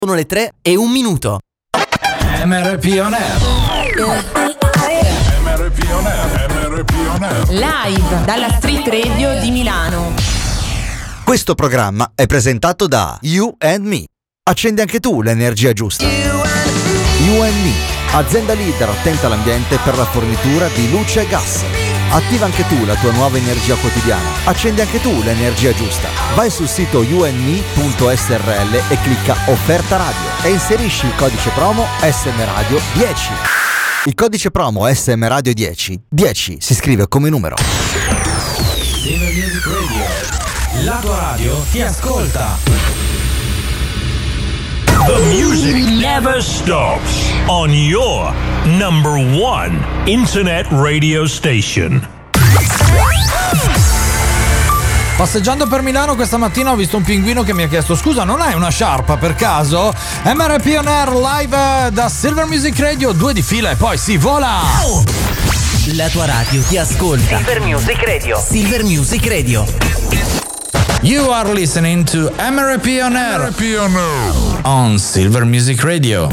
Sono le 3:01. MRP On Air. MRP On Air. MRP On Air. Live dalla Street Radio di Milano. Questo programma è presentato da You and Me. Accendi anche tu l'energia giusta. You and Me, azienda leader attenta all'ambiente per la fornitura di luce e gas. Attiva anche tu la tua nuova energia quotidiana. Accendi anche tu l'energia giusta. Vai sul sito youndme.srl e clicca Offerta Radio e inserisci il codice promo SM Radio 10. Il codice promo SM Radio 10 si scrive come numero. Silver Music Radio. La tua radio ti ascolta. The music never stops on your number one internet radio station. Passeggiando per Milano questa mattina ho visto un pinguino che mi ha chiesto: scusa, non hai una sciarpa per caso? MRP On Air live da Silver Music Radio, 2 di fila e poi si vola! La tua radio ti ascolta. Silver Music Radio. Silver Music Radio. You are listening to MRP On Air on Silver Music Radio.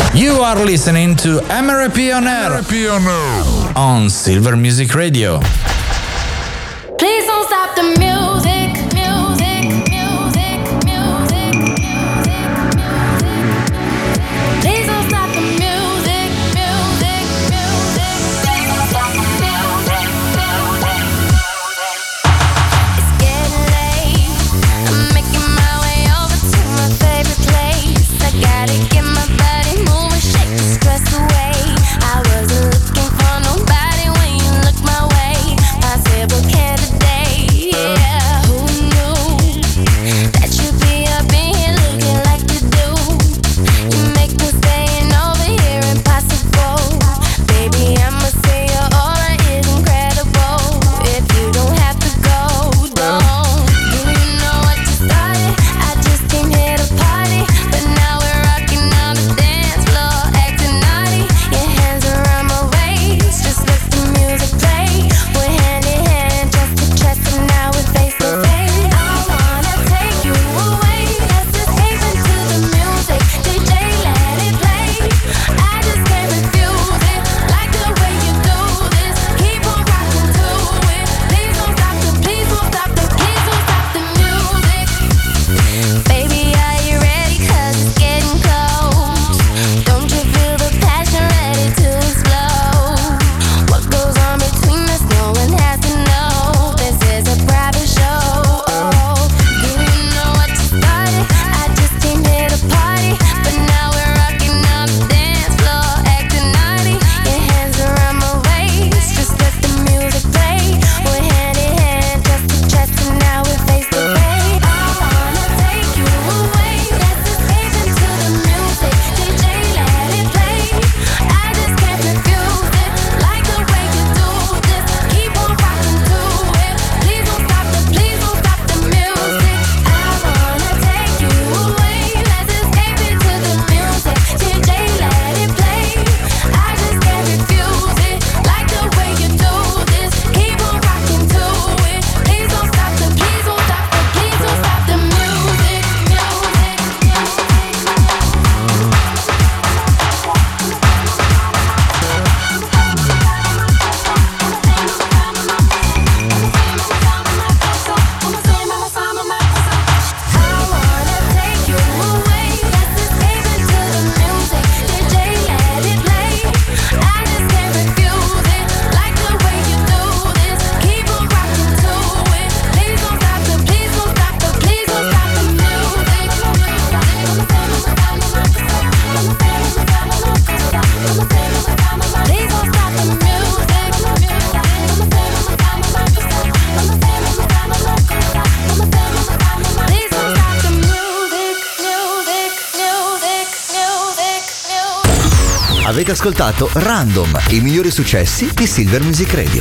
You are listening to MRP on Air on Silver Music Radio. Please don't stop the music, music, music, music, music. Please don't stop the music, music, music. Please don't stop the music, music. It's getting late. I'm making my way over to my favorite place. I gotta get my body moving, shake the stress away. I wasn't looking for nobody when you look my way. Possible candidate, yeah. Who knew that you'd be up in here looking like you do? You make me staying over here impossible. Baby, I'ma say your aura is incredible. If you don't have to go, don't. Do you know what you started? I just came here to party, but now we're rocking on the dance floor, acting naughty. Your hands around my waist, just let the music play. We're hand in hand, chest to chest, and now we're face to face. I wanna take you away, let's escape into the music. DJ, let it play. I just can't refuse it, like the way you do this. Keep on rocking to it. Please don't stop the, please don't stop the, please don't stop the music. Baby, are you ready? 'Cause it's getting close. Don't you feel the passion ready to explode? What goes on between us, no one has to know. This is a private show. Do you know what you started? I just came here to party, but now we're rocking on the dance floor, acting naughty. Your hands around my waist, just let the music play. We're hand in hand, chest to chest, and now we're face to face. I wanna take you away, let's escape into the music. DJ, let it play. I just can't refuse it, like the way you do this. Keep on rocking to it. Please don't stop the, please don't stop the music. I wanna take you away, let's escape into the music. DJ, let it play. I just can't refuse it, like the way you do this. Keep on rocking to it. Please don't stop the, please don't stop the, please don't stop the music, music, Avete ascoltato Random, i migliori successi di Silver Music Radio.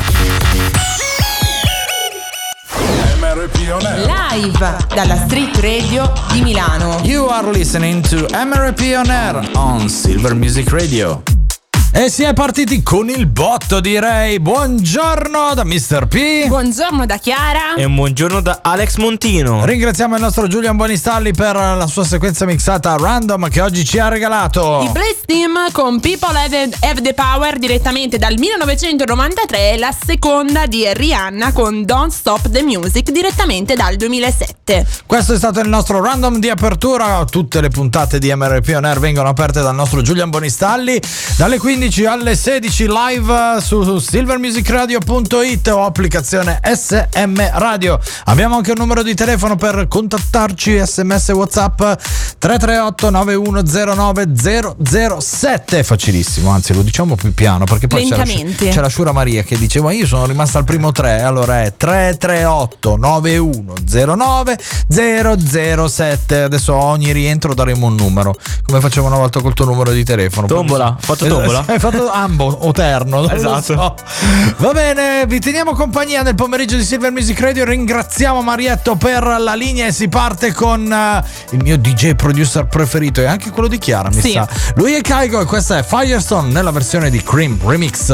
Live dalla Street Radio di Milano. You are listening to MRP on Air on Silver Music Radio. E si è partiti con il botto, direi. Buongiorno da Mr. P. Buongiorno da Chiara. E un buongiorno da Alex Montino. Ringraziamo il nostro Giulian Bonistalli per la sua sequenza mixata random che oggi ci ha regalato. I Blaze Team con People Have the Power direttamente dal 1993 e la seconda di Rihanna con Don't Stop the Music direttamente dal 2007. Questo è stato il nostro random di apertura. Tutte le puntate di MRP On Air vengono aperte dal nostro Giulian Bonistalli dalle 15 alle 16 live su silvermusicradio.it o applicazione SM Radio. Abbiamo anche un numero di telefono per contattarci, SMS, WhatsApp 338 9109 007. Facilissimo, anzi lo diciamo più piano perché poi c'è la Shura Maria che diceva io sono rimasta al primo 3, allora è 338 9109 007. Adesso a ogni rientro daremo un numero, come facevo una volta col tuo numero di telefono. Tombola, fatto tombola. Hai fatto ambo o terno, esatto. So. Va bene, vi teniamo compagnia nel pomeriggio di Silver Music Radio. Ringraziamo Marietto per la linea e si parte con il mio DJ producer preferito e anche quello di Chiara, mi sa. Lui è Kygo e questa è Firestone nella versione di Cream Remix.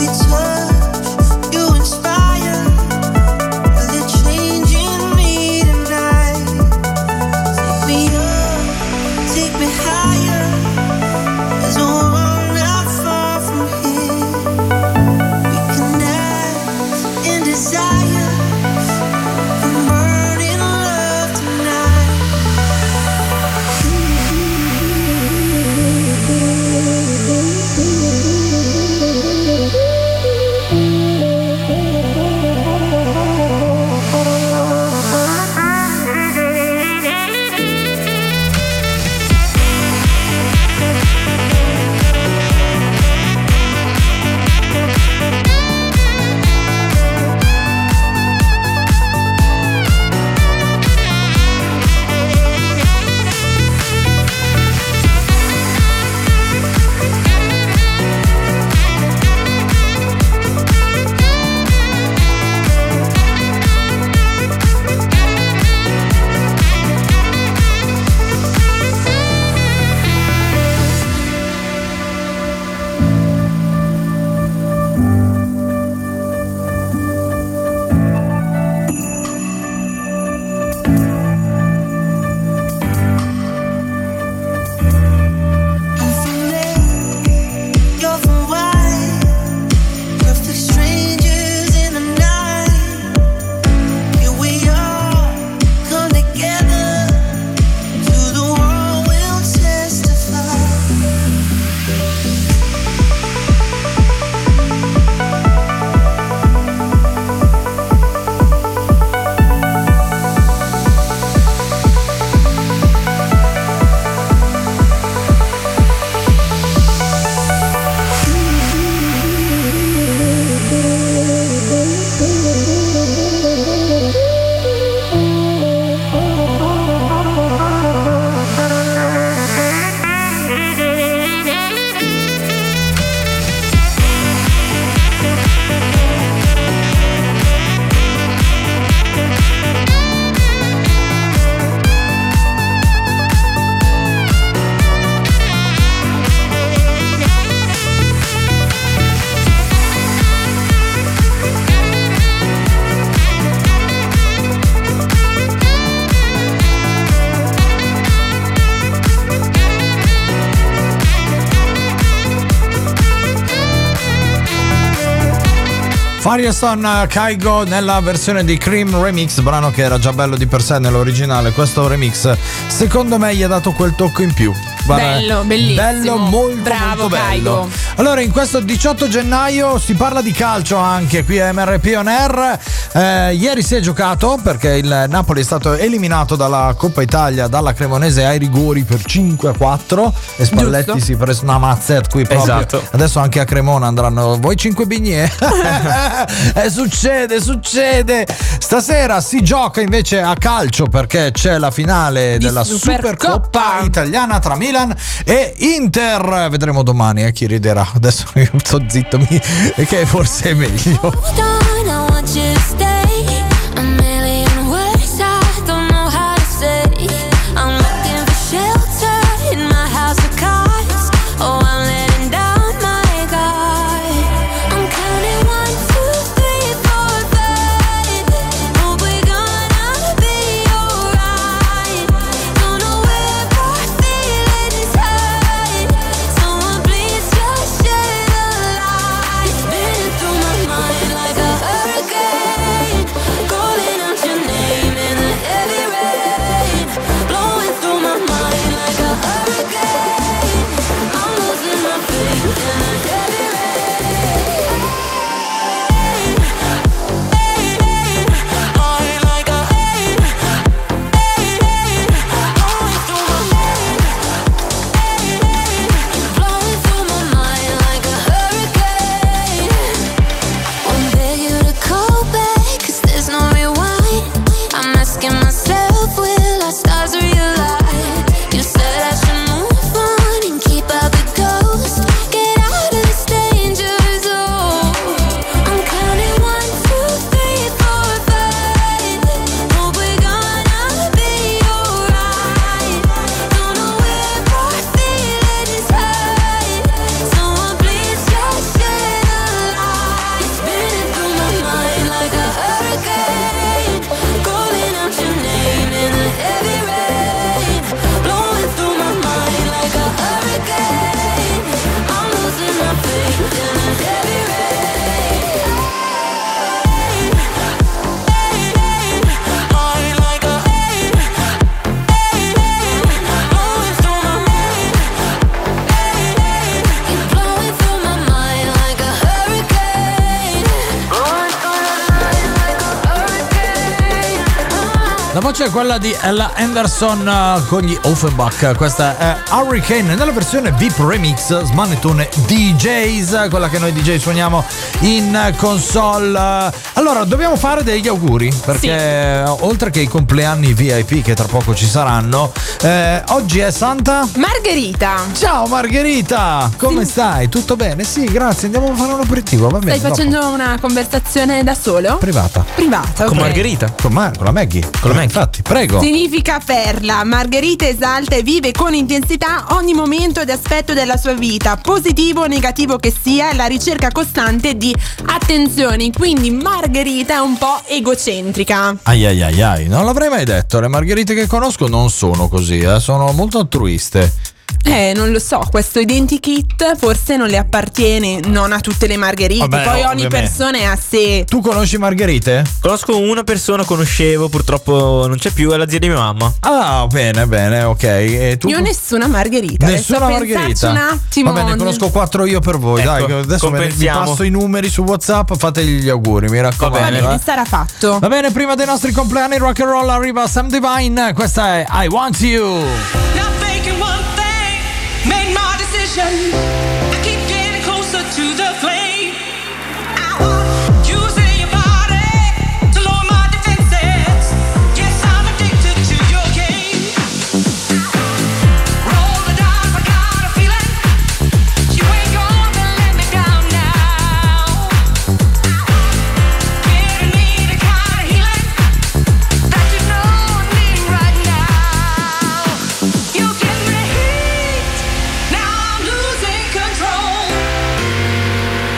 You inspire, they're changing me tonight. Firestone Kygo nella versione di Cream Remix, brano che era già bello di per sé nell'originale. Questo remix secondo me gli ha dato quel tocco in più. Bello, bellissimo. Bello, molto, bravo, molto bello. Kygo. Allora, in questo 18 gennaio si parla di calcio anche qui a MRP On Air. Ieri si è giocato perché il Napoli è stato eliminato dalla Coppa Italia dalla Cremonese ai rigori per 5-4 e Spalletti Giusto. si è preso una mazzetta qui proprio. Esatto. Adesso anche a Cremona andranno voi 5 bignè. Succede. Stasera si gioca invece a calcio perché c'è la finale Di della Supercoppa Supercoppa italiana tra Milan e Inter. Vedremo domani chi riderà. Adesso io sto zitto che forse è meglio. Hold on, I want you to stay. A million words I don't know how to say. I'm looking for shelter in my house of cards. Oh, I'm letting down my guard. I'm counting 1, 2, 3, 4, 5. Hope we're gonna be alright. Don't know where our feelings hide. Someone please just shed a light. It's been through my mind like a hurricane, calling out your name in the heavy rain, blowing through my mind like a hurricane. I'm losing my faith in the heavy rain. I'm like a blowing through my mind like a hurricane. Won't beg you to call back, 'cause there's no rewind. I'm asking myself, will our stars realign? You said I should move on and keep up the ghost. Get out of this danger zone. I'm counting 1, 2, 3, 4, 5. Hope we're gonna be alright. Don't know where our feelings hide. Someone please just shed a light. It's spinning through my mind like a hurricane, calling out your name in the heavy rain, blowing through my mind like a hurricane. I'm losing my faith in the heavy rain. I'm like a blowing through my mind. You're blowing through my mind like a hurricane. Blowing through my mind like a hurricane. La voce è quella di Ella Anderson con gli Offenbach. Questa è Hurricane nella versione VIP Remix Smanettone DJs, quella che noi DJ suoniamo in console. Allora, dobbiamo fare degli auguri perché oltre che i compleanni VIP che tra poco ci saranno, oggi è Santa Margherita. Ciao Margherita, come stai? Tutto bene? Sì, grazie, andiamo a fare un aperitivo, va bene. Stai facendo una conversazione da solo? Privata. Privata, Con ok. Margherita. Con la Maggie. Con la Maggie. Infatti, prego. Significa perla. Margherita esalta e vive con intensità ogni momento ed aspetto della sua vita, positivo o negativo che sia, la ricerca costante di attenzioni. Quindi Margherita è un po' egocentrica. Ai, non l'avrei mai detto. Le Margherite che conosco non sono così, sono molto altruiste. Non lo so, questo identikit forse non le appartiene, non a tutte le Margherite. Vabbè, Poi ogni ovviamente. persona è a sé. Tu conosci Margherite? Conosco una persona, conoscevo, purtroppo non c'è più, è la zia di mia mamma. Ah, bene, ok. E tu? Io nessuna Margherita. Nessuna Adesso Margherita. Un attimo. Va bene, conosco 4 io per voi. Ecco, Dai, adesso vi compensiamo. passo i numeri su WhatsApp, fategli gli auguri, mi raccomando. Va bene, sarà fatto. Va bene, prima dei nostri compleanni rock and roll arriva Sam Divine. Questa è I Want You. Not thinking one thing, made my decision. I keep getting closer to the flame. I want you in your body to lower my defenses. Yes, I'm addicted to your game. Roll the dice, I got a feeling you ain't gonna let me down now. Getting me the kind of healing that you know I need right now. You give me heat, now I'm losing control.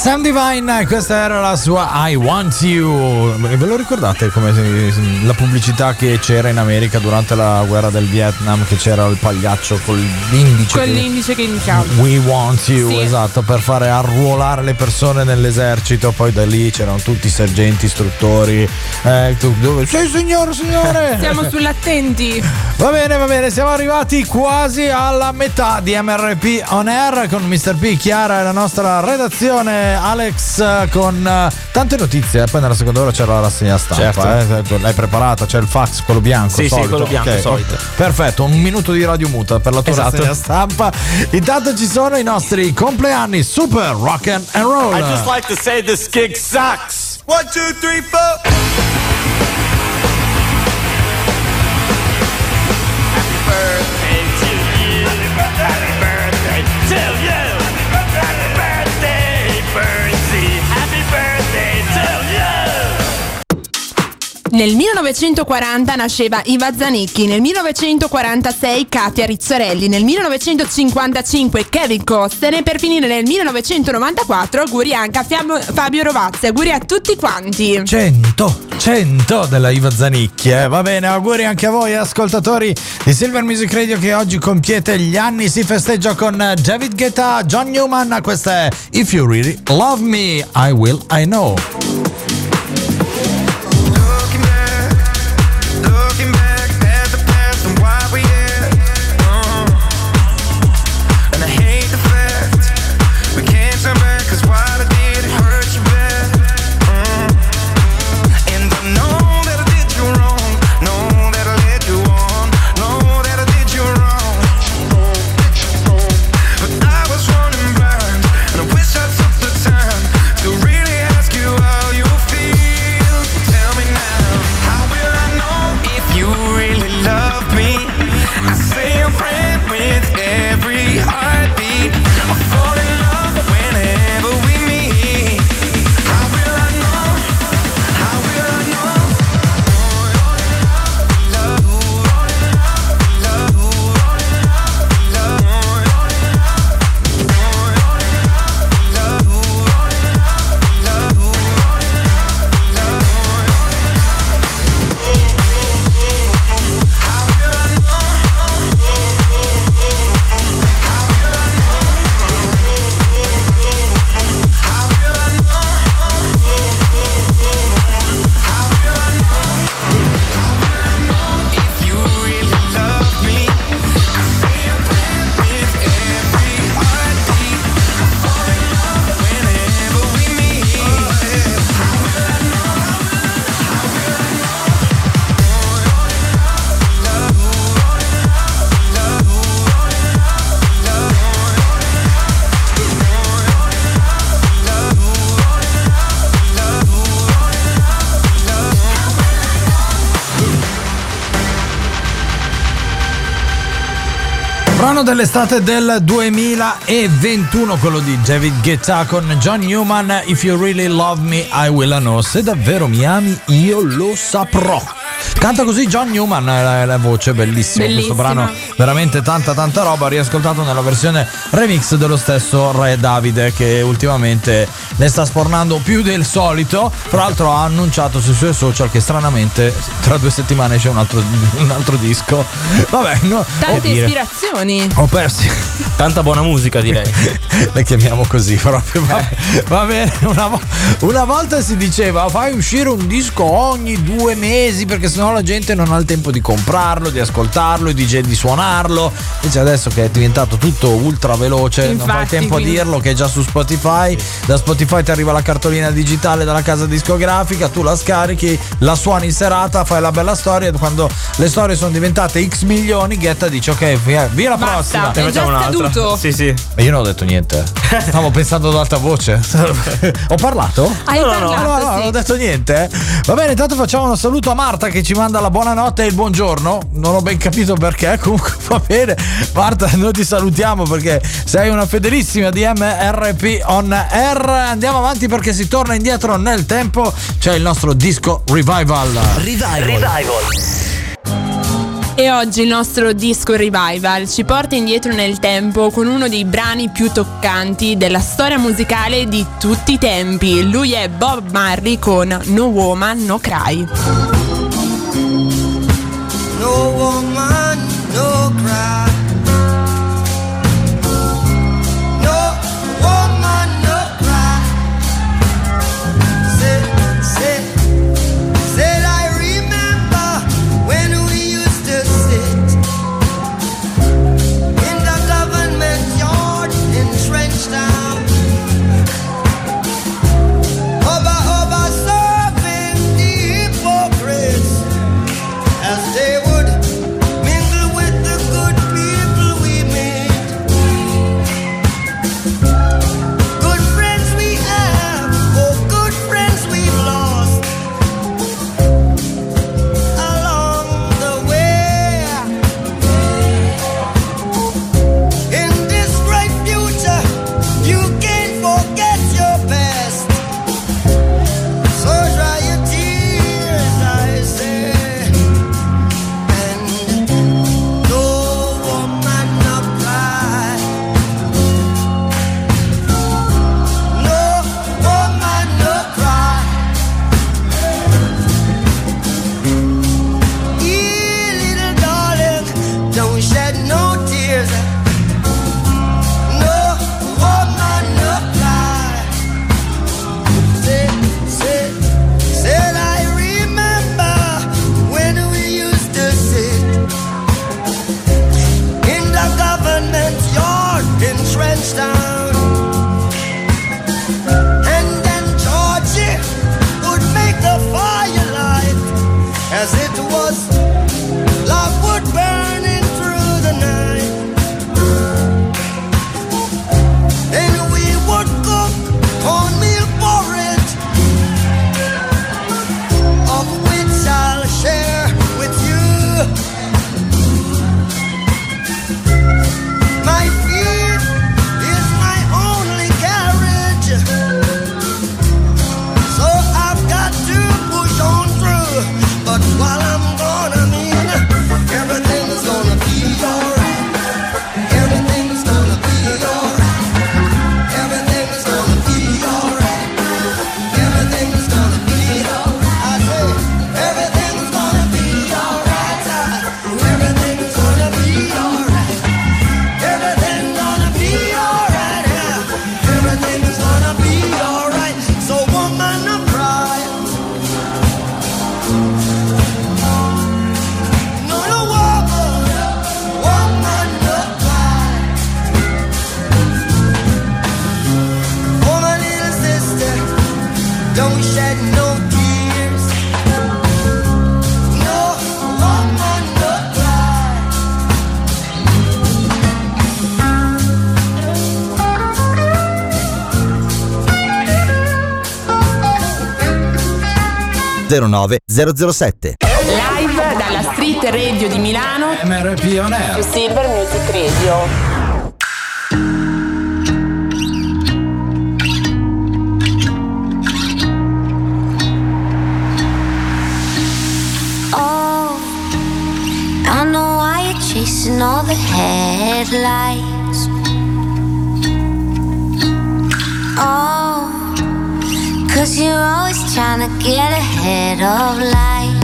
Sam Divine, questa era la sua I Want You. Ve lo ricordate come la pubblicità che c'era in America durante la guerra del Vietnam, che c'era il pagliaccio con l'indice che indicava We Want You, sì. esatto, per fare arruolare le persone nell'esercito. Poi da lì c'erano tutti i sergenti, istruttori. Dove sei, signore? Siamo sull'attenti. Va bene, siamo arrivati quasi alla metà di MRP On Air con Mr. P, Chiara e la nostra redazione, Alex, con tante notizie. Poi nella seconda ora c'era la rassegna stampa. Certo. L'hai preparata? C'è il fax, quello bianco. Sì, solito. quello bianco, Ok, solito. Perfetto, un minuto di radio muta per la tua Esatto. rassegna stampa. Intanto ci sono i nostri compleanni super rock and roll. I just like to say this gig sucks. 1, 2, 3, 4. Happy birthday to you. Happy birthday to you. Happy birthday, Bertie. Happy birthday to you. Nel 1940 nasceva Iva Zanicchi, nel 1946 Katia Rizzorelli, nel 1955 Kevin Costner e per finire nel 1994 auguri anche a Fabio Rovazzi. Auguri a tutti quanti. 100 della Iva Zanicchi, va bene, auguri anche a voi ascoltatori di Silver Music Radio che oggi compiete gli anni. Si festeggia con David Guetta, John Newman. Questa è If You Really Love Me, I Will, I Know. Brano dell'estate del 2021, quello di David Guetta con John Newman, If You Really Love Me, I Will Know. Se davvero mi ami, io lo saprò. Canta così John Newman, la voce bellissima. Questo brano veramente tanta roba, riascoltato nella versione remix dello stesso Re Davide, che ultimamente ne sta spornando più del solito. Tra l'altro ha annunciato sui suoi social che stranamente tra 2 settimane c'è un altro disco. Vabbè, no, tante ispirazioni. Ho persi. Tanta buona musica, direi. Le chiamiamo così proprio. Va bene, una volta si diceva fai uscire un disco ogni 2 mesi perché sennò la gente non ha il tempo di comprarlo, di ascoltarlo, di suonarlo. Invece adesso che è diventato tutto ultra veloce, infatti, non fai tempo a dirlo che è già su Spotify. Da Spotify ti arriva la cartolina digitale dalla casa discografica, tu la scarichi, la suoni in serata, fai la bella storia e quando le storie sono diventate X milioni, Guetta dice ok, via la prossima. È già scaduto. Sì. Ma io non ho detto niente. Stavo pensando ad alta voce. Ho parlato? Hai parlato, No, sì. non ho detto niente. Va bene, intanto facciamo un saluto a Marta che ci manda la buonanotte e il buongiorno. Non ho ben capito perché, comunque va bene. Marta, noi ti salutiamo perché sei una fedelissima di MRP On Air. Andiamo avanti perché si torna indietro nel tempo. C'è il nostro disco Revival. E oggi il nostro disco revival ci porta indietro nel tempo con uno dei brani più toccanti della storia musicale di tutti i tempi. Lui è Bob Marley con No Woman No Cry. No woman, no cry. No woman, no cry. Said I remember when we used to sit in the government yard in Trenchtown. Over serving the hypocrites as they would mingle with the good people we made. Good friends we have, oh good friends we've lost along the way. In this great future, you can't forget your past. So dry your tears, I say. And no woman no cry. No woman no cry. Little darling, don't shed no tears. No woman no cry. Said I remember when we used to sit in the government yard in Trenchtown. And then Georgie would make the firelight as it was logwood burning through the night. And we would cook cornmeal porridge, of which I'll share with you. My feet is my only carriage, so I've got to push on through. But while I'm gone, I mean, everything's gonna be alright. Everything's gonna be alright. Everything's gonna be alright. Everything's gonna be alright. I say, everything's gonna be alright. Everything's gonna be alright. Everything's gonna be alright. Everything's gonna be alright. So woman, no cry. No, no woman, no cry. Oh, my little sister, don't shed no tears. No woman, no cry. 09007. Live dalla Street Radio di Milano MRP On Air. su Silver Music Radio. Oh, I know why you're chasing all the headlights. Oh, 'cause you're always trying to get ahead of life.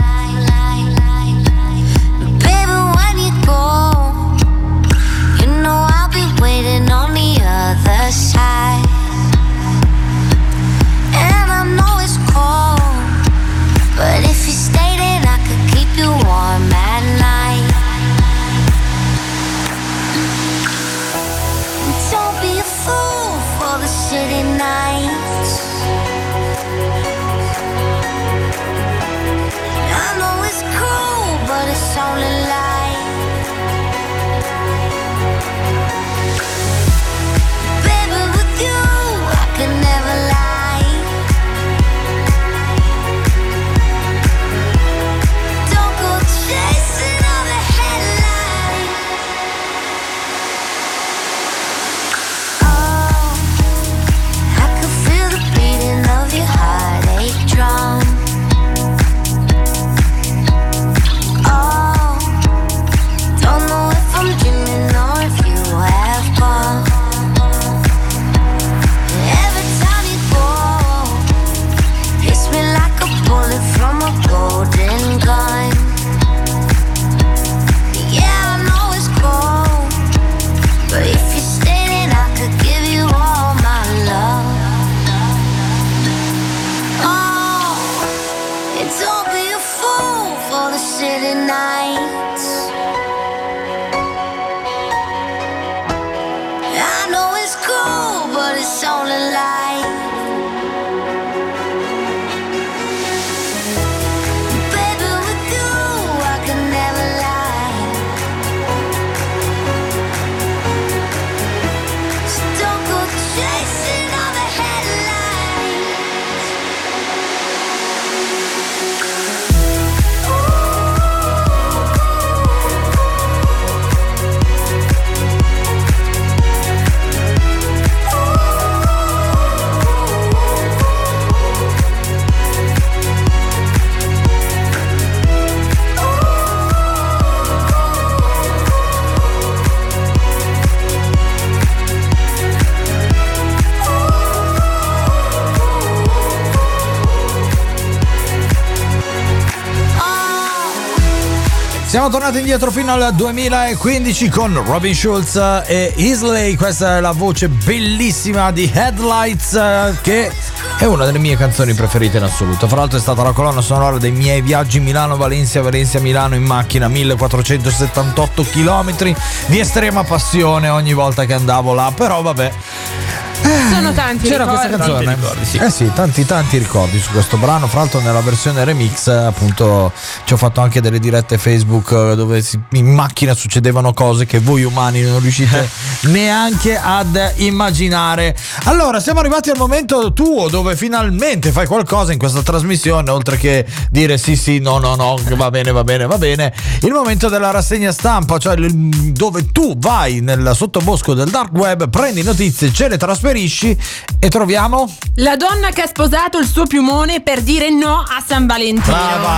Baby, when you go, you know I'll be waiting on the other side. And I know it's cold, but if you stay, then I could keep you warm at night. Don't be a fool for the city nights. city nights. I know it's cool, but it's only light. Baby, with you I can never lie. So don't go chasing all the headlines. Siamo tornati indietro fino al 2015 con Robin Schulz e Isley. Questa è la voce bellissima di Headlights, che è una delle mie canzoni preferite in assoluto. Fra l'altro è stata la colonna sonora dei miei viaggi Milano-Valencia, Valencia-Milano in macchina, 1478 km di estrema passione ogni volta che andavo là. Però vabbè, Sono tanti c'era ricordi. questa canzone. Tanti ricordi, sì. Sì, tanti ricordi su questo brano. Fra l'altro nella versione remix, appunto, ci ho fatto anche delle dirette Facebook dove in macchina succedevano cose che voi umani non riuscite neanche ad immaginare. Allora, siamo arrivati al momento tuo dove finalmente fai qualcosa in questa trasmissione, oltre che dire sì, no, va bene. Il momento della rassegna stampa, cioè dove tu vai nel sottobosco del dark web, prendi notizie, ce le trasferisci e troviamo... La donna che ha sposato il suo piumone per dire no a San Valentino.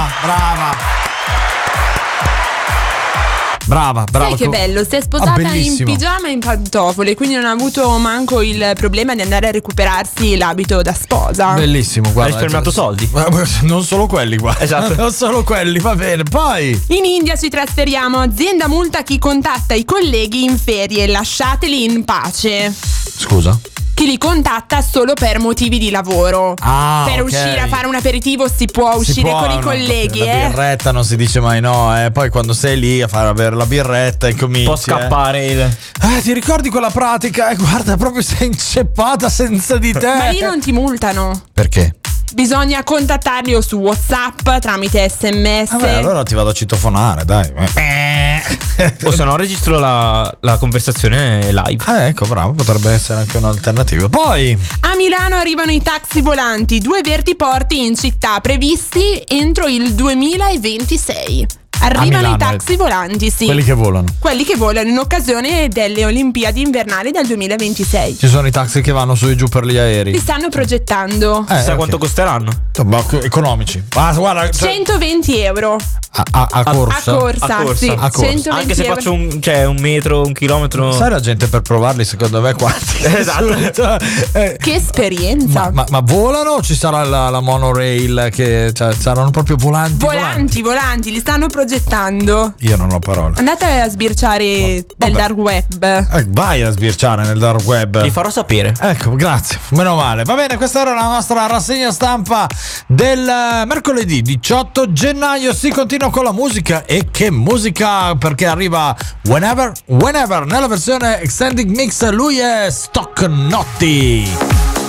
Brava. Sai che bello, si è sposata in bellissimo. pigiama e in pantofole, quindi non ha avuto manco il problema di andare a recuperarsi l'abito da sposa. Bellissimo, Hai guarda. risparmiato soldi. Non solo quelli qua. Esatto. Non solo quelli, va bene. Poi In India ci trasferiamo, azienda multa chi contatta i colleghi in ferie, lasciateli in pace. scusa. Chi li contatta solo per motivi di lavoro. Per ok. uscire a fare un aperitivo si può uscire con i colleghi, La birretta non si dice mai no, Poi quando sei lì a fare avere la birretta e cominci. Può scappare il. Ti ricordi quella pratica? Guarda, proprio sei inceppata senza di te. Ma lì non ti multano. Perché? Bisogna contattarli o su WhatsApp tramite SMS. Vabbè, allora ti vado a citofonare, dai. O se no registro la conversazione live. Ecco, bravo, potrebbe essere anche un'alternativa. Poi A Milano arrivano i taxi volanti, 2 vertiporti in città previsti entro il 2026. Arrivano Milano, i taxi volanti, sì. quelli che volano. Quelli che volano in occasione delle Olimpiadi invernali del 2026. Ci sono i taxi che vanno su e giù per gli aerei. Li stanno progettando. Chissà ok. quanto costeranno. Economici. Guarda, 120 euro a corsa. a corsa, sì. A corsa. 120 Anche se euro. faccio un metro, un chilometro. Sai la gente per provarli secondo me quanti? Esatto. Che esperienza. Ma volano o ci sarà la monorail che saranno proprio volanti? Volanti, li stanno progettando. Io non ho parole. Andate a sbirciare nel dark web. Vai a sbirciare nel dark web. Li farò sapere. Ecco, grazie, meno male. Va bene, questa era la nostra rassegna stampa del mercoledì 18 gennaio. Si continua con la musica. E che musica, perché arriva Whenever nella versione extended mix. Lui è Stock Notti.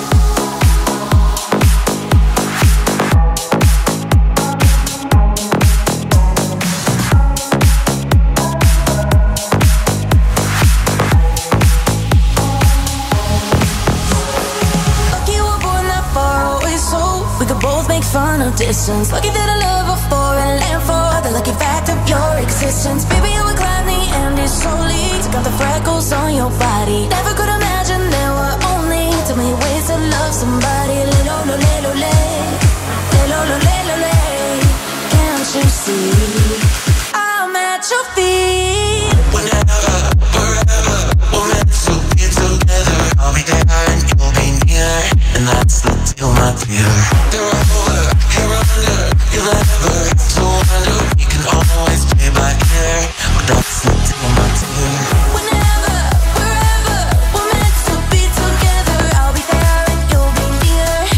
Lucky we're born that far away, so we could both make fun of distance. Lucky that I love before and land for the lucky fact of your existence. Baby, I would climb the Andes slowly. Took out the freckles on your body. Never could imagine there were only too many ways to love somebody. Can't you see? I'm at your feet. Whenever, wherever, we're meant to be together. I'll be there and you'll be near, and that's the deal, my dear. They're over, here under, you'll never have to wonder. We can always play by ear, but that's the deal, my dear. Whenever, wherever, we're meant to be together. I'll be there and you'll be near,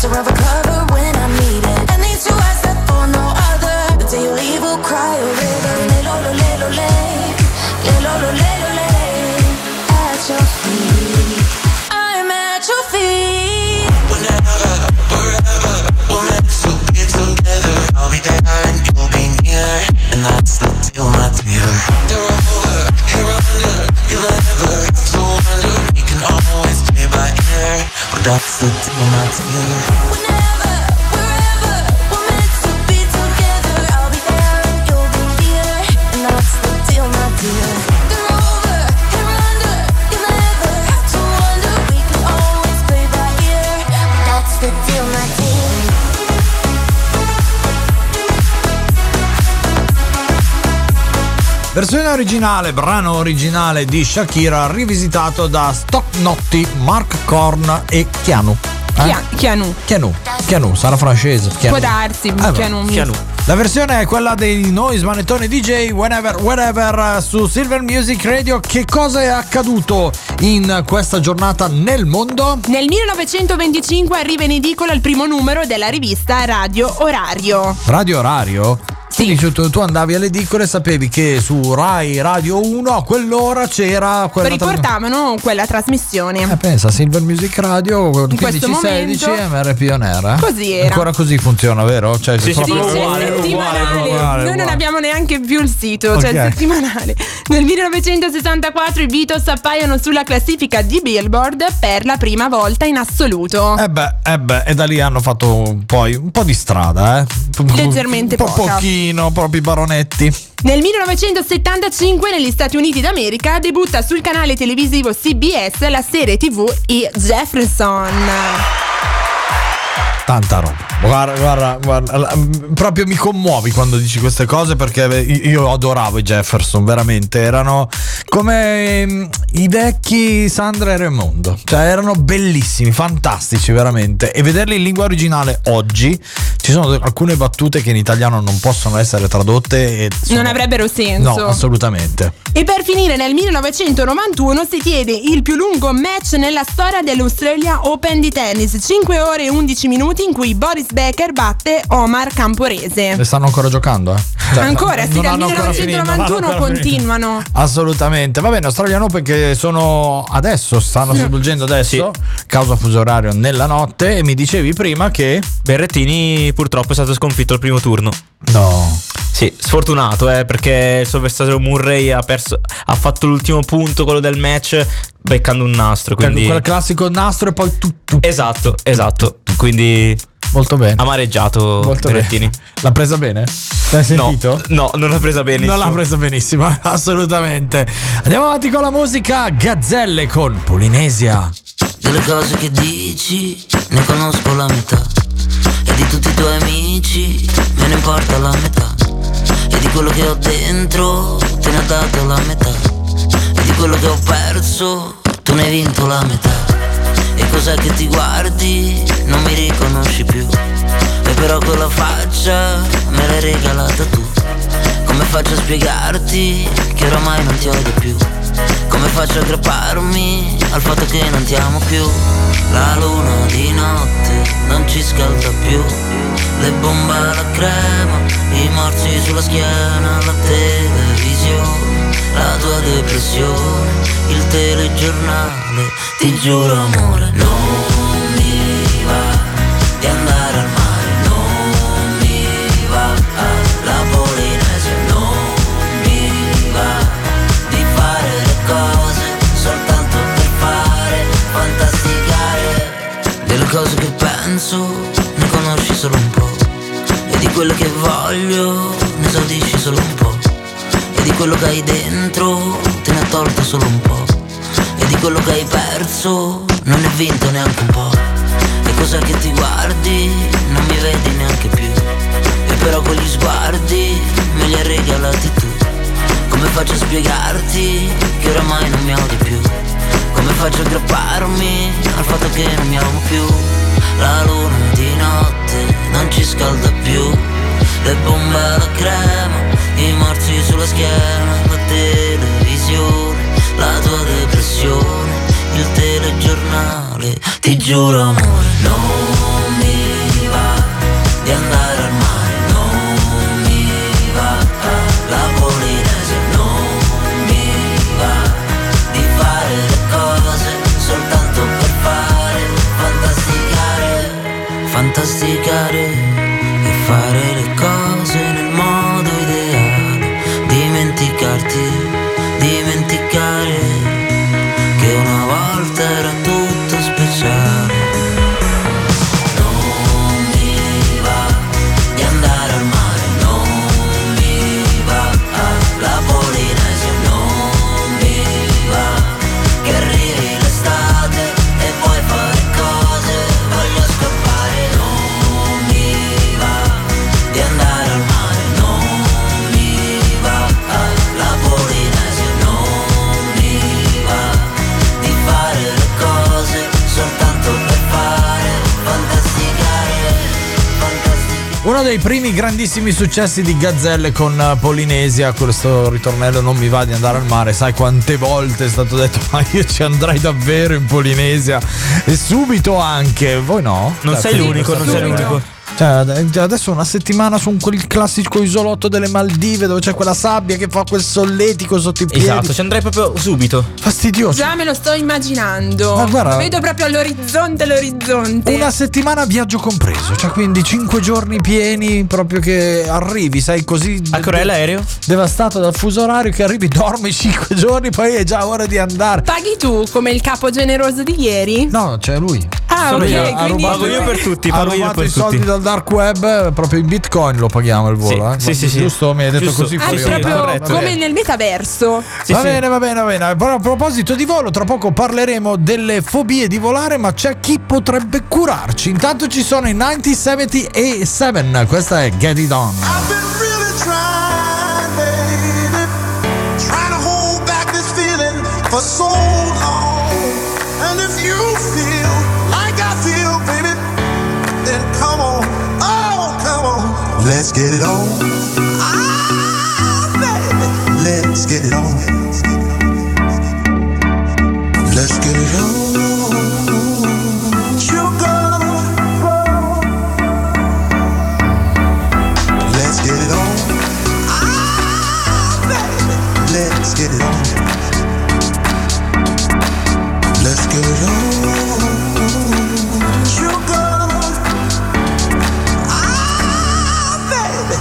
of a cover when I need it. And these two eyes that for no other. The day you leave will cry a river. At your feet, I'm at your feet. Whenever, wherever, we're meant to be together. I'll be there and you'll be near, and that's the deal, my dear. You're over, you're under, you'll never have to wonder. We can always play by ear, but that's the deal, my dear. Whenever, wherever, we're meant to be together. I'll be there and you'll be here, and that's the deal, my dear. You're over, you're under, you'll never have to wonder. We can always play by ear, but that's the deal, my dear. Versione originale, brano originale di Shakira, rivisitato da Stock Notti, Mark Korn e Keanu. Keanu, sarà francese. Può darsi, Keanu. La versione è quella dei noi smanettoni DJ Whenever Wherever su Silver Music Radio. Che cosa è accaduto in questa giornata nel mondo? Nel 1925 arriva in edicola il primo numero della rivista Radio Orario. Radio Orario? Sì. Quindi tu andavi alle edicole e sapevi che su Rai Radio 1 a quell'ora c'era quella riportavano quella trasmissione. Pensa, Silver Music Radio in questo 15-16 momento MRP On Air. Così era. Ancora così funziona, vero? Cioè, Sì, proprio settimanale. Noi non abbiamo neanche più il sito, cioè il Ok. settimanale. Nel 1964 i Beatles appaiono sulla classifica di Billboard per la prima volta in assoluto. E da lì hanno fatto poi un po' di strada, Leggermente un po' poca. pochino, proprio i baronetti. Nel 1975 negli Stati Uniti d'America debutta sul canale televisivo CBS la serie TV I Jefferson. Tanta roba. Guarda, proprio mi commuovi quando dici queste cose, perché io adoravo i Jefferson, veramente erano come i vecchi Sandra e Raimondo, cioè erano bellissimi, fantastici veramente, e vederli in lingua originale oggi, ci sono alcune battute che in italiano non possono essere tradotte e Non avrebbero senso. No, assolutamente. E per finire nel 1991 si tiene il più lungo match nella storia dell'Australia Open di tennis, 5 ore e 11 minuti in cui Boris Becker batte Omar Camporese. Le stanno ancora giocando, Cioè, Ancora, sì, non dal hanno ancora 1991 finito. continuano. Assolutamente. Va bene, Australian Open che stanno svolgendo adesso, causa fuso orario nella notte, e mi dicevi prima che Berrettini purtroppo è stato sconfitto al primo turno. No. Sì, sfortunato, perché il suo avversario Murray ha fatto l'ultimo punto, quello del match, beccando un nastro, quindi quel classico nastro e poi tu. Esatto. Quindi molto bene. Amareggiato Molto Berrettini. bene. L'ha presa bene? L'hai sentito? No, non l'ha presa benissimo. Non l'ha presa benissimo, assolutamente. Andiamo avanti con la musica. Gazzelle con Polinesia. Delle cose che dici ne conosco la metà, e di tutti i tuoi amici me ne importa la metà, e di quello che ho dentro te ne ho dato la metà, e di quello che ho perso tu ne hai vinto la metà. E cos'è che ti guardi, non mi riconosci più, e però quella faccia me l'hai regalata tu. Come faccio a spiegarti che oramai non ti odio più? Come faccio a aggrapparmi al fatto che non ti amo più? La luna di notte non ci scalda più, le bombe alla crema, i morsi sulla schiena, la televisione, la tua depressione, il telegiornale. Ti giuro amore, non mi va di andare al mare, non mi va alla Polinesia, non mi va di fare le cose soltanto per fare, fantasticare. Delle cose che penso ne conosci solo un po', e di quelle che voglio ne esaudisci solo un po', e di quello che hai dentro te ne ho tolto solo un po', e di quello che hai perso non ne hai vinto neanche un po'. E cos'è che ti guardi, non mi vedi neanche più, e però quegli sguardi me li hai regalati tu. Come faccio a spiegarti che oramai non mi odi più? Come faccio a aggrapparmi al fatto che non mi amo più? La luna di notte non ci scalda più, le bombe alla crema, i morsi sulla schiena, la televisione, la tua depressione, il telegiornale. Ti giuro amore, non mi fantasticare e fare le cose nel modo ideale, dimenticare che una volta era tutto speciale. Non mi va di andare al mare, non mi va la Polinesia, non mi va che arrivi l'estate e vuoi fare cose, voglio scappare. Non mi va di andare al mare, non mi va la Polinesia, non mi va di fare le cose soltanto per fare, fantasticare. Uno dei primi grandissimi successi di Gazzelle con Polinesia, questo ritornello non mi va di andare al mare. Sai quante volte è stato detto ma io ci andrei davvero in Polinesia, e subito anche, voi no? Non sei l'unico, non sei l'unico. Cioè, adesso una settimana su quel classico isolotto delle Maldive dove c'è quella sabbia che fa quel solletico sotto i piedi. Esatto, ci andrei proprio subito. Fastidioso. Già me lo sto immaginando. Ma guarda, lo vedo proprio all'orizzonte. Una settimana viaggio compreso, cioè quindi 5 giorni pieni, proprio che arrivi, sai, così a che ora è l'aereo? Devastato dal fuso orario, che arrivi, dormi 5 giorni, poi è già ora di andare. Paghi tu come il capo generoso di ieri? No, c'è lui. Ah, Sono ok, io. quindi Pago io per tutti, Ha pago io rubato per i soldi tutti. dal dark web, proprio in bitcoin lo paghiamo il volo. Sì, sì, sì. Giusto, mi hai detto Giusto. così Ah, fuori è onda. proprio corretto. come nel metaverso. Sì, va sì. bene, va bene. Però a proposito di volo, tra poco parleremo delle fobie di volare, ma c'è chi potrebbe curarci. Intanto ci sono i 1977, questa è Get It On. I've been really trying, baby, trying to hold back this feeling for so long. And if you feel like I feel, baby, then come on, oh, come on, let's get it on. Ah, baby, let's get it on. Let's get it on. Sugar, let's get it on. Ah, baby, let's get it on. Let's get it on. Sugar, ah, baby.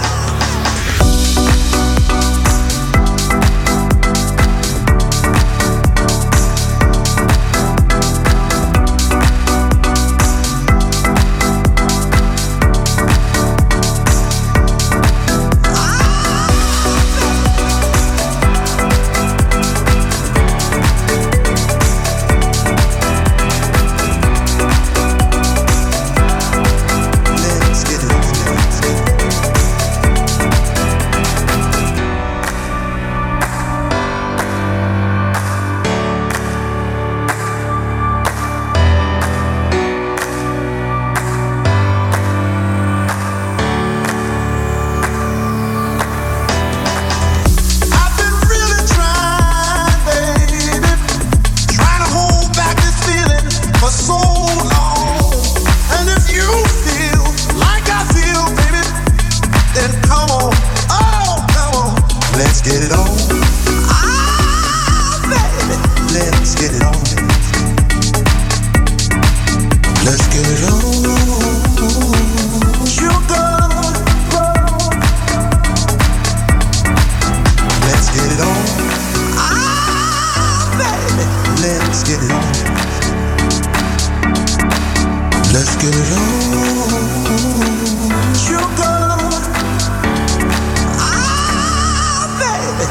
I've been really trying, baby, trying to hold back this feeling for so long. And if you feel like I feel, baby, then come on, oh, come on, let's get it on. Ah, baby, let's get it on. Let's get it on. Sugar, let's get it on. Ah, baby, let's get it on. Let's get it on. Sugar, ah, baby.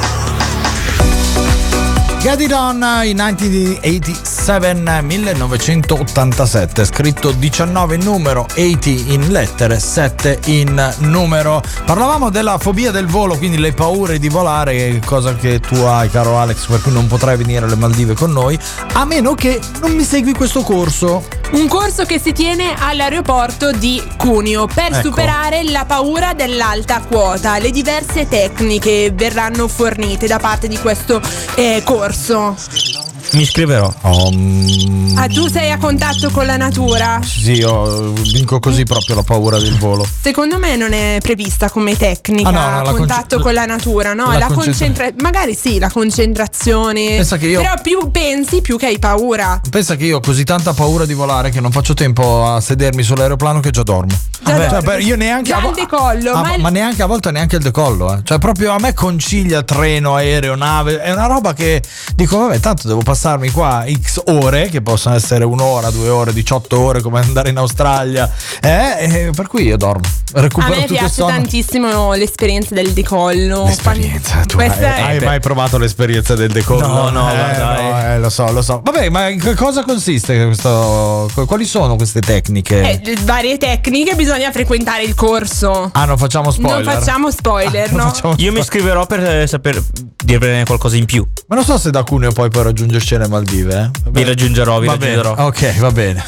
Get It On, i 1987, 1987, scritto 19 in numero, 80 in lettere, 7 in numero. Parlavamo della fobia del volo, quindi le paure di volare, cosa che tu hai, caro Alex, per cui non potrai venire alle Maldive con noi, a meno che non mi segui questo corso. Un corso che si tiene all'aeroporto di Cuneo per Ecco. superare la paura dell'alta quota. Le diverse tecniche verranno fornite da parte di questo corso. Mi iscriverò. Tu sei a contatto con la natura? Sì, io vinco così proprio la paura del volo. Secondo me non è prevista come tecnica la contatto con la natura, no? la Magari sì, la concentrazione. Pensa che io- Però più pensi, più che hai paura. Pensa che io ho così tanta paura di volare che non faccio tempo a sedermi sull'aeroplano che già dormo. Io neanche Già il decollo, ma neanche a volte neanche il decollo, Cioè proprio a me concilia treno, aereo, nave, è una roba che dico vabbè, tanto devo passarmi qua X ore, che possono essere 1 ora, 2 ore, 18 ore come andare in Australia, per cui io dormo, recupero a me tutto il piace sonno. tantissimo l'esperienza del decollo. L'esperienza, tu hai mai provato l'esperienza del decollo? No, guarda, lo so. Vabbè, ma in che cosa consiste questo? Quali sono queste tecniche? Varie tecniche, bisogna frequentare il corso. Non facciamo spoiler. Non facciamo spoiler, no? Io mi iscriverò per saper dirvene qualcosa in più. Ma non so se da Cuneo poi puoi raggiungerci alle Maldive. Vi raggiungerò. Ok, va bene.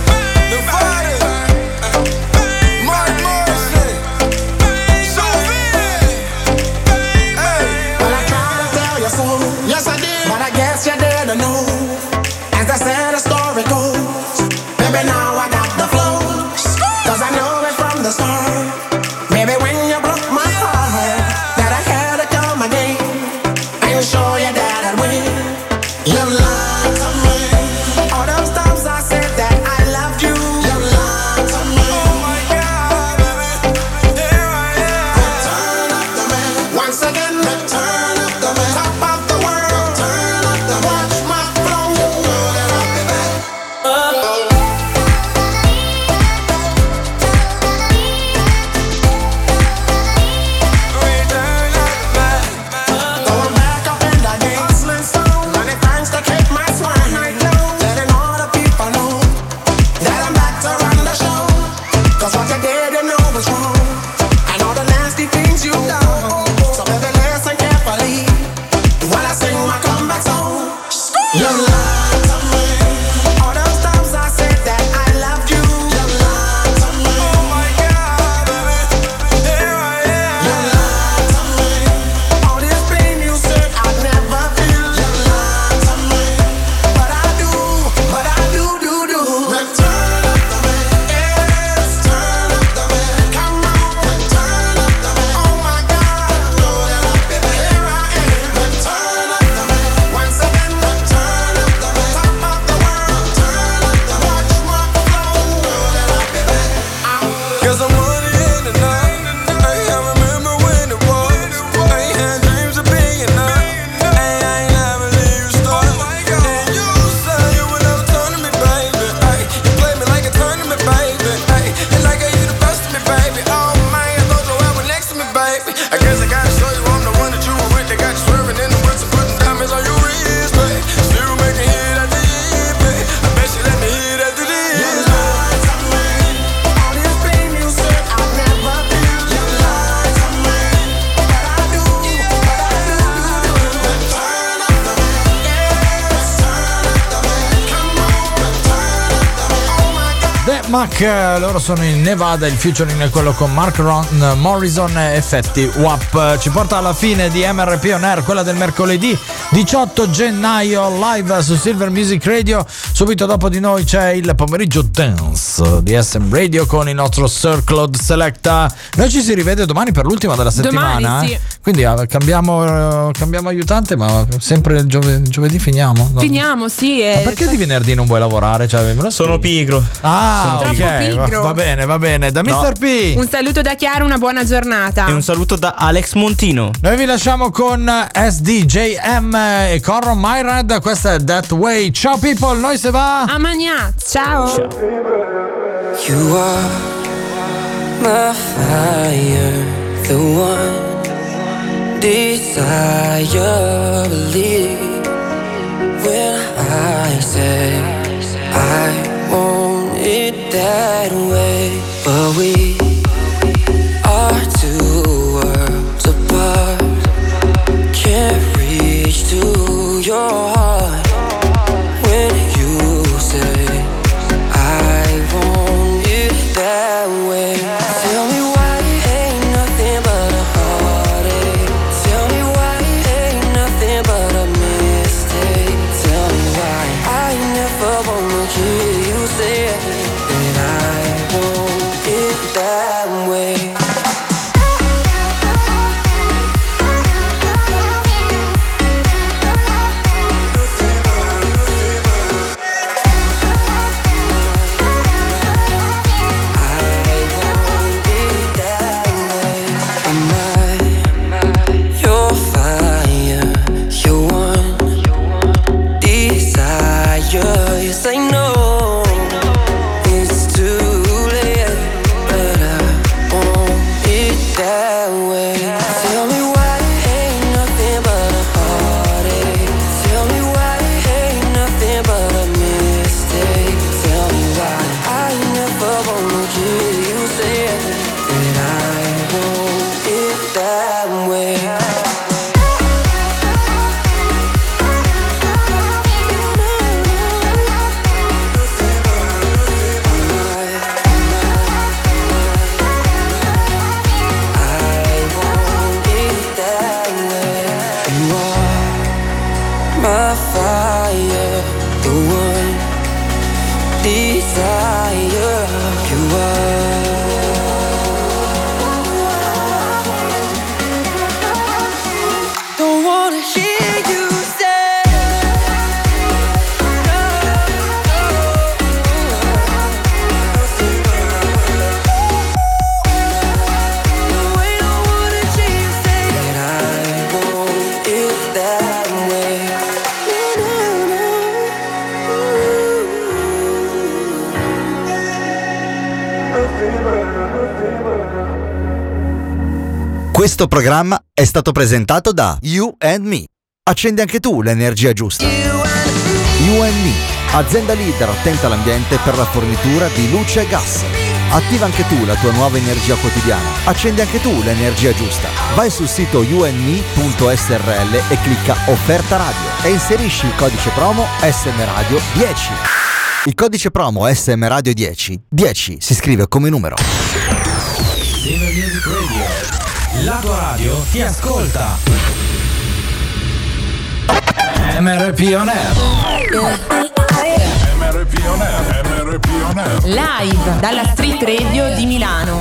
Mac, loro sono in Nevada, il featuring è quello con Mark Morrison, effetti WAP. Ci porta alla fine di MRP On Air, quella del mercoledì 18 gennaio, live su Silver Music Radio. Subito dopo di noi c'è il pomeriggio dance di SM Radio con il nostro Sir Claude Selecta. Noi ci si rivede domani per l'ultima della settimana. Domani, sì. Quindi cambiamo aiutante, ma sempre il giovedì finiamo? Finiamo, sì. Ma perché di venerdì non vuoi lavorare? Sono pigro. Pigro. Va bene. Da Mr. P. Un saluto da Chiara, una buona giornata. E un saluto da Alex Montino. Noi vi lasciamo con SDJM e Conrad Myrad. Questa è That Way. Ciao people, noi se va. A mangià. Ciao. You are my fire, the one desire, believe when I say I want it that way, but we are two worlds apart, can't reach to your heart when you say I want it that way. Tell me why it ain't nothing but a heartache. Tell me why it ain't nothing but a mistake. Tell me Questo programma è stato presentato da You and Me. Accendi anche tu l'energia giusta. You and Me, azienda leader attenta all'ambiente per la fornitura di luce e gas. Attiva anche tu la tua nuova energia quotidiana. Accendi anche tu l'energia giusta. Vai sul sito youndme.srl e clicca offerta radio e inserisci il codice promo SM Radio 10. Il codice promo SM Radio 10 si scrive come numero. Silver Music Radio, la tua radio ti ascolta. MRP On Air. MRP On Air. Live dalla Street Radio di Milano.